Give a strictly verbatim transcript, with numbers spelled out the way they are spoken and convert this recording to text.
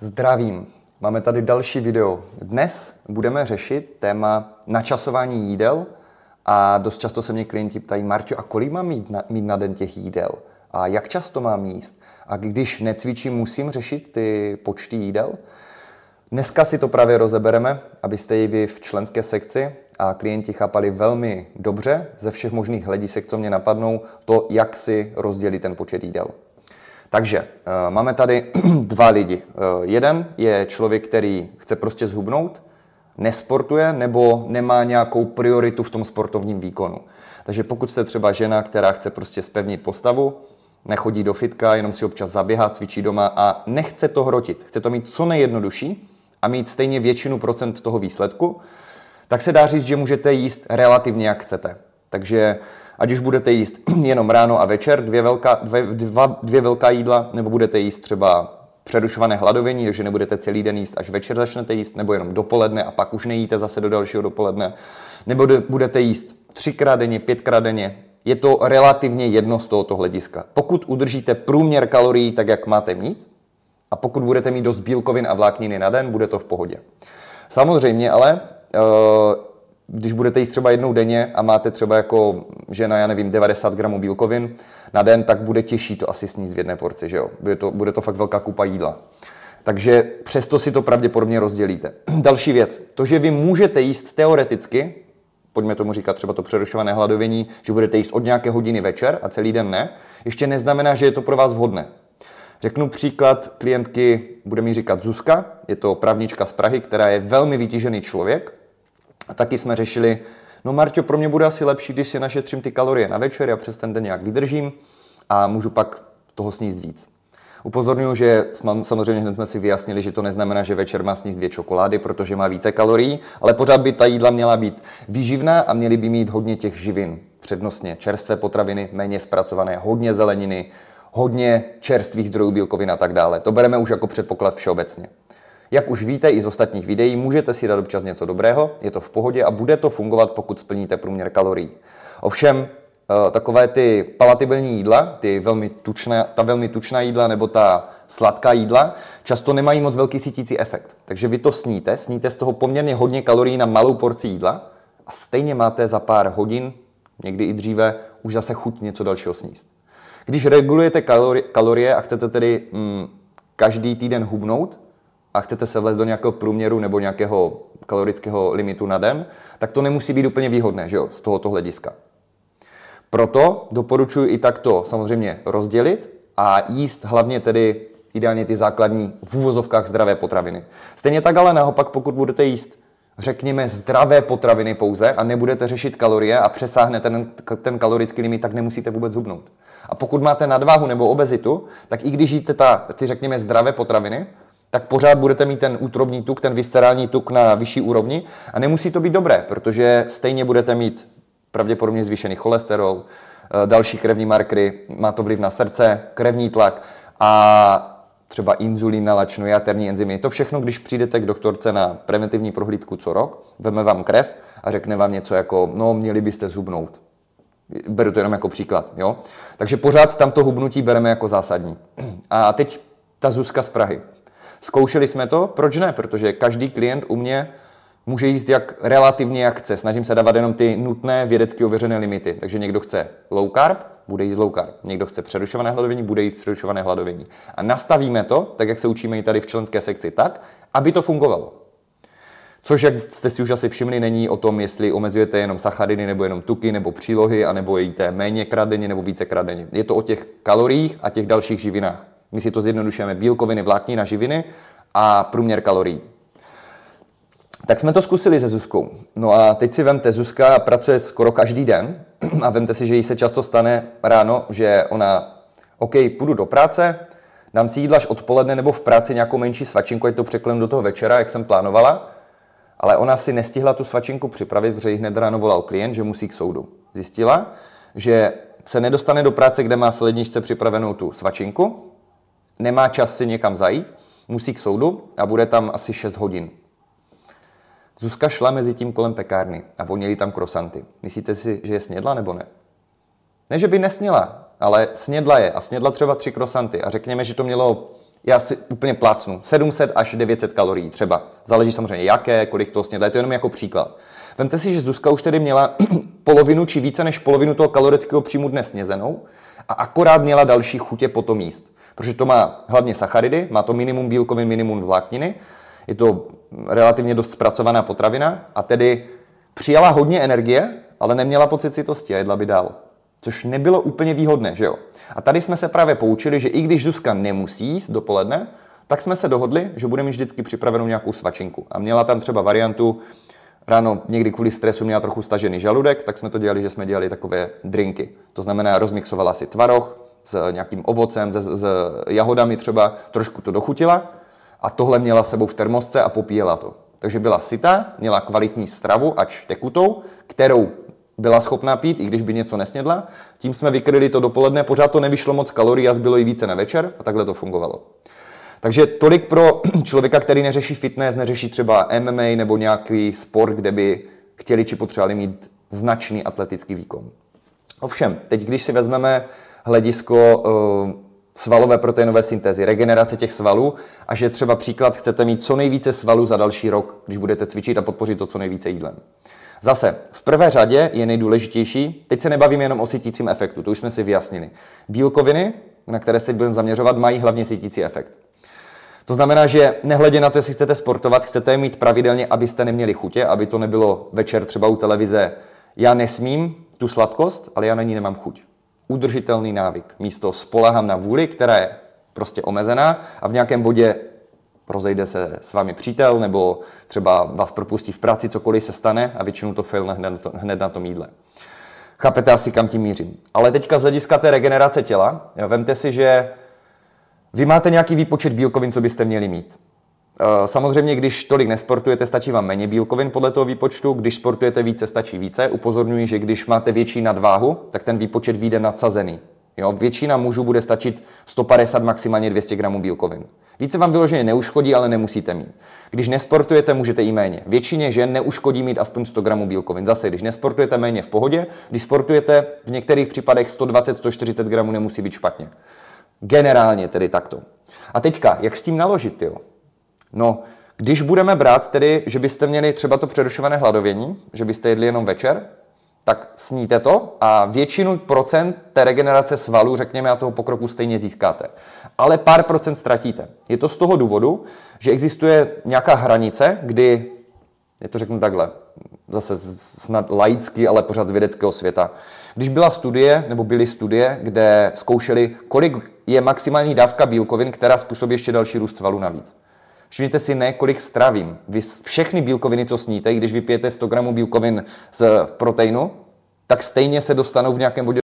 Zdravím. Máme tady další video. Dnes budeme řešit téma načasování jídel a dost často se mě klienti ptají: Marťo, a kolik mám mít na, mít na den těch jídel? A jak často mám jíst? A když necvičím, musím řešit ty počty jídel? Dneska si to právě rozebereme, abyste i vy v členské sekci a klienti chápali velmi dobře ze všech možných hledisek, co mě napadnou, to, jak si rozdělit ten počet jídel. Takže máme tady dva lidi. Jeden je člověk, který chce prostě zhubnout, nesportuje nebo nemá nějakou prioritu v tom sportovním výkonu. Takže pokud jste třeba žena, která chce prostě zpevnit postavu, nechodí do fitka, jenom si občas zaběhá, cvičí doma a nechce to hrotit, chce to mít co nejjednodušší a mít stejně většinu procent toho výsledku, tak se dá říct, že můžete jíst relativně jak chcete. Takže ať už budete jíst jenom ráno a večer, dvě velká, dvě, dva, dvě velká jídla, nebo budete jíst třeba přerušované hladovění, takže nebudete celý den jíst, až večer začnete jíst, nebo jenom dopoledne a pak už nejíte zase do dalšího dopoledne, nebo budete jíst třikrát denně, pětkrát denně. Je to relativně jedno z tohoto hlediska. Pokud udržíte průměr kalorií tak, jak máte mít, a pokud budete mít dost bílkovin a vlákniny na den, bude to v pohodě. Samozřejmě ale, když budete jíst třeba jednou denně a máte třeba jako žena, já nevím, devadesát gramů bílkovin na den, tak bude těžší to asi sníst v jedné porci, že jo? Bude to, bude to fakt velká kupa jídla. Takže přesto si to pravděpodobně rozdělíte. Další věc, to, že vy můžete jíst teoreticky, pojďme tomu říkat třeba to přerušované hladovění, že budete jíst od nějaké hodiny večer a celý den ne, ještě neznamená, že je to pro vás vhodné. Řeknu příklad klientky, bude mi říkat Zuzka, je to právnička z Prahy, která je velmi vytížený člověk. A taky jsme řešili, no Marťo, pro mě bude asi lepší, když si našetřím ty kalorie na večer, já přes ten den nějak vydržím a můžu pak toho sníst víc. Upozorňuji, že samozřejmě hned jsme si vyjasnili, že to neznamená, že večer má sníst dvě čokolády, protože má více kalorií, ale pořád by ta jídla měla být výživná a měly by mít hodně těch živin, přednostně čerstvé potraviny, méně zpracované, hodně zeleniny, hodně čerstvých zdrojů bílkovin a tak dále. To bereme už jako předpoklad všeobecně. Jak už víte i z ostatních videí, můžete si dát občas něco dobrého, je to v pohodě a bude to fungovat, pokud splníte průměr kalorií. Ovšem, takové ty palatibilní jídla, ty velmi tučné, ta velmi tučná jídla nebo ta sladká jídla, často nemají moc velký sytící efekt. Takže vy to sníte, sníte z toho poměrně hodně kalorií na malou porci jídla a stejně máte za pár hodin, někdy i dříve, už zase chuť něco dalšího sníst. Když regulujete kalorie, kalorie a chcete tedy mm, každý týden hubnout, a chcete se vlézt do nějakého průměru nebo nějakého kalorického limitu na den, tak to nemusí být úplně výhodné, že jo, z tohoto hlediska. Proto doporučuji i takto samozřejmě rozdělit a jíst hlavně tedy ideálně ty základní v uvozovkách zdravé potraviny. Stejně tak ale naopak, pokud budete jíst, řekněme, zdravé potraviny pouze a nebudete řešit kalorie a přesáhnete ten, ten kalorický limit, tak nemusíte vůbec hubnout. A pokud máte nadváhu nebo obezitu, tak i když jíte ta, ty, řekněme, zdravé potraviny, tak pořád budete mít ten útrobní tuk, ten viscerální tuk na vyšší úrovni a nemusí to být dobré, protože stejně budete mít pravděpodobně zvýšený cholesterol, další krevní markery, má to vliv na srdce, krevní tlak a třeba inzulín, nalačnou jaterní enzymy. To všechno, když přijdete k doktorce na preventivní prohlídku co rok, veme vám krev a řekne vám něco jako, no měli byste zhubnout. Beru to jenom jako příklad, jo? Takže pořád tam to hubnutí bereme jako zásadní. A teď ta Zuzka z Prahy. Zkoušeli jsme to, proč ne? Protože každý klient u mě může jíst jak relativně jak chce. Snažím se dávat jenom ty nutné vědecky ověřené limity. Takže někdo chce low carb, bude jíst low carb. Někdo chce přerušované hladovění, bude jíst přerušované hladovění. A nastavíme to, tak jak se učíme i tady v členské sekci, tak, aby to fungovalo. Což, jak jste si už asi všimli, není o tom, jestli omezujete jenom sacharidy, nebo jenom tuky, nebo přílohy, anebo jíte méně krát denně, nebo více krát denně. Je to o těch kaloriích a těch dalších živinách. My si to zjednodušujeme bílkoviny, vlákniny, živiny a průměr kalorií. Tak jsme to zkusili se Zuzkou. No a teď si vemte, Zuzka pracuje skoro každý den a vemte si, že jí se často stane ráno, že ona, OK, půjdu do práce, dám si jídla až odpoledne nebo v práci nějakou menší svačinku, ať to překlenu do toho večera, jak jsem plánovala, ale ona si nestihla tu svačinku připravit, protože jí hned ráno volal klient, že musí k soudu. Zjistila, že se nedostane do práce, kde má v ledničce připravenou tu svačinku, nemá čas si někam zajít, musí k soudu a bude tam asi šest hodin. Zuzka šla mezi tím kolem pekárny a voněly tam krosanty. Myslíte si, že je snědla nebo ne? Ne, že by nesměla, ale snědla je a snědla třeba tři krosanty a řekněme, že to mělo Já si úplně plácnu. sedm set až devět set kalorií třeba. Záleží samozřejmě jaké, kolik toho snědla. Je to jenom jako příklad. Vemte si, že Zuzka už tedy měla polovinu či více než polovinu toho kalorického příjmu dnes snězenou a akorát měla další chutě potom jíst. Protože to má hlavně sacharidy, má to minimum bílkovin, minimum vlákniny, je to relativně dost zpracovaná potravina a tedy přijala hodně energie, ale neměla pocit sytosti a jedla by dál. Což nebylo úplně výhodné, že jo? A tady jsme se právě poučili, že i když Zuzka nemusí jíst dopoledne, tak jsme se dohodli, že bude mít vždycky připravenou nějakou svačinku. A měla tam třeba variantu, ráno někdy kvůli stresu měla trochu stažený žaludek, tak jsme to dělali, že jsme dělali takové drinky. To znamená, rozmixovala si tvaroh s nějakým ovocem, s, s jahodami třeba, trošku to dochutila a tohle měla s sebou v termosce a popíjela to. Takže byla sytá, měla kvalitní stravu, ač tekutou, kterou byla schopná pít, i když by něco nesnědla. Tím jsme vykryli to dopoledne, pořád to nevyšlo moc kalorií a zbylo jí více na večer a takhle to fungovalo. Takže tolik pro člověka, který neřeší fitness, neřeší třeba M M A nebo nějaký sport, kde by chtěli či potřebovali mít značný atletický výkon. Ovšem, teď když si vezmeme hledisko uh, svalové proteinové syntézy, regenerace těch svalů a že třeba příklad chcete mít co nejvíce svalů za další rok, když budete cvičit a podpořit to co nejvíce jídlem. Zase, v prvé řadě je nejdůležitější, teď se nebavíme jenom o sytícím efektu, to už jsme si vyjasnili. Bílkoviny, na které se teď budeme zaměřovat, mají hlavně sytící efekt. To znamená, že nehledě na to, jestli chcete sportovat, chcete je mít pravidelně, abyste neměli chutě, aby to nebylo večer třeba u televize, já nesmím tu sladkost, ale já na ní nemám chuť. Udržitelný návyk. Místo spolehám na vůli, která je prostě omezená a v nějakém bodě rozejde se s vámi přítel nebo třeba vás propustí v práci, cokoliv se stane a většinou to failne hned, hned na tom jídle. Chápete asi, kam tím mířím. Ale teďka z hlediska té regenerace těla, vemte si, že vy máte nějaký výpočet bílkovin, co byste měli mít. Samozřejmě, když tolik nesportujete, stačí vám méně bílkovin podle toho výpočtu, když sportujete více, stačí více. Upozorňuji, že když máte větší nadváhu, tak ten výpočet vyjde nadsazený. Jo? Většina mužů bude stačit sto padesát, maximálně dvě stě gramů bílkovin. Více vám vyloženě neuškodí, ale nemusíte mít. Když nesportujete, můžete i méně. Většině žen neuškodí mít aspoň sto gramů bílkovin. Zase, když nesportujete, méně v pohodě. Když sportujete, v některých případech sto dvacet, sto čtyřicet gramů nemusí být špatně. Generálně tedy takto. A teďka, jak s tím naložit, jo? No, když budeme brát tedy, že byste měli třeba to přerušované hladovění, že byste jedli jenom večer, tak sníte to a většinu procent té regenerace svalů, řekněme, a toho pokroku stejně získáte. Ale pár procent ztratíte. Je to z toho důvodu, že existuje nějaká hranice, kdy, je to řeknu takhle, zase snad laicky, ale pořád z vědeckého světa. Když byla studie, nebo byly studie, kde zkoušeli, kolik je maximální dávka bílkovin, která způsobí ještě další růst svalů navíc. Všimněte si, ne kolik stravím. Vy všechny bílkoviny, co sníte, když vypijete sto gramů bílkovin z proteinu, tak stejně se dostanou v nějakém bodě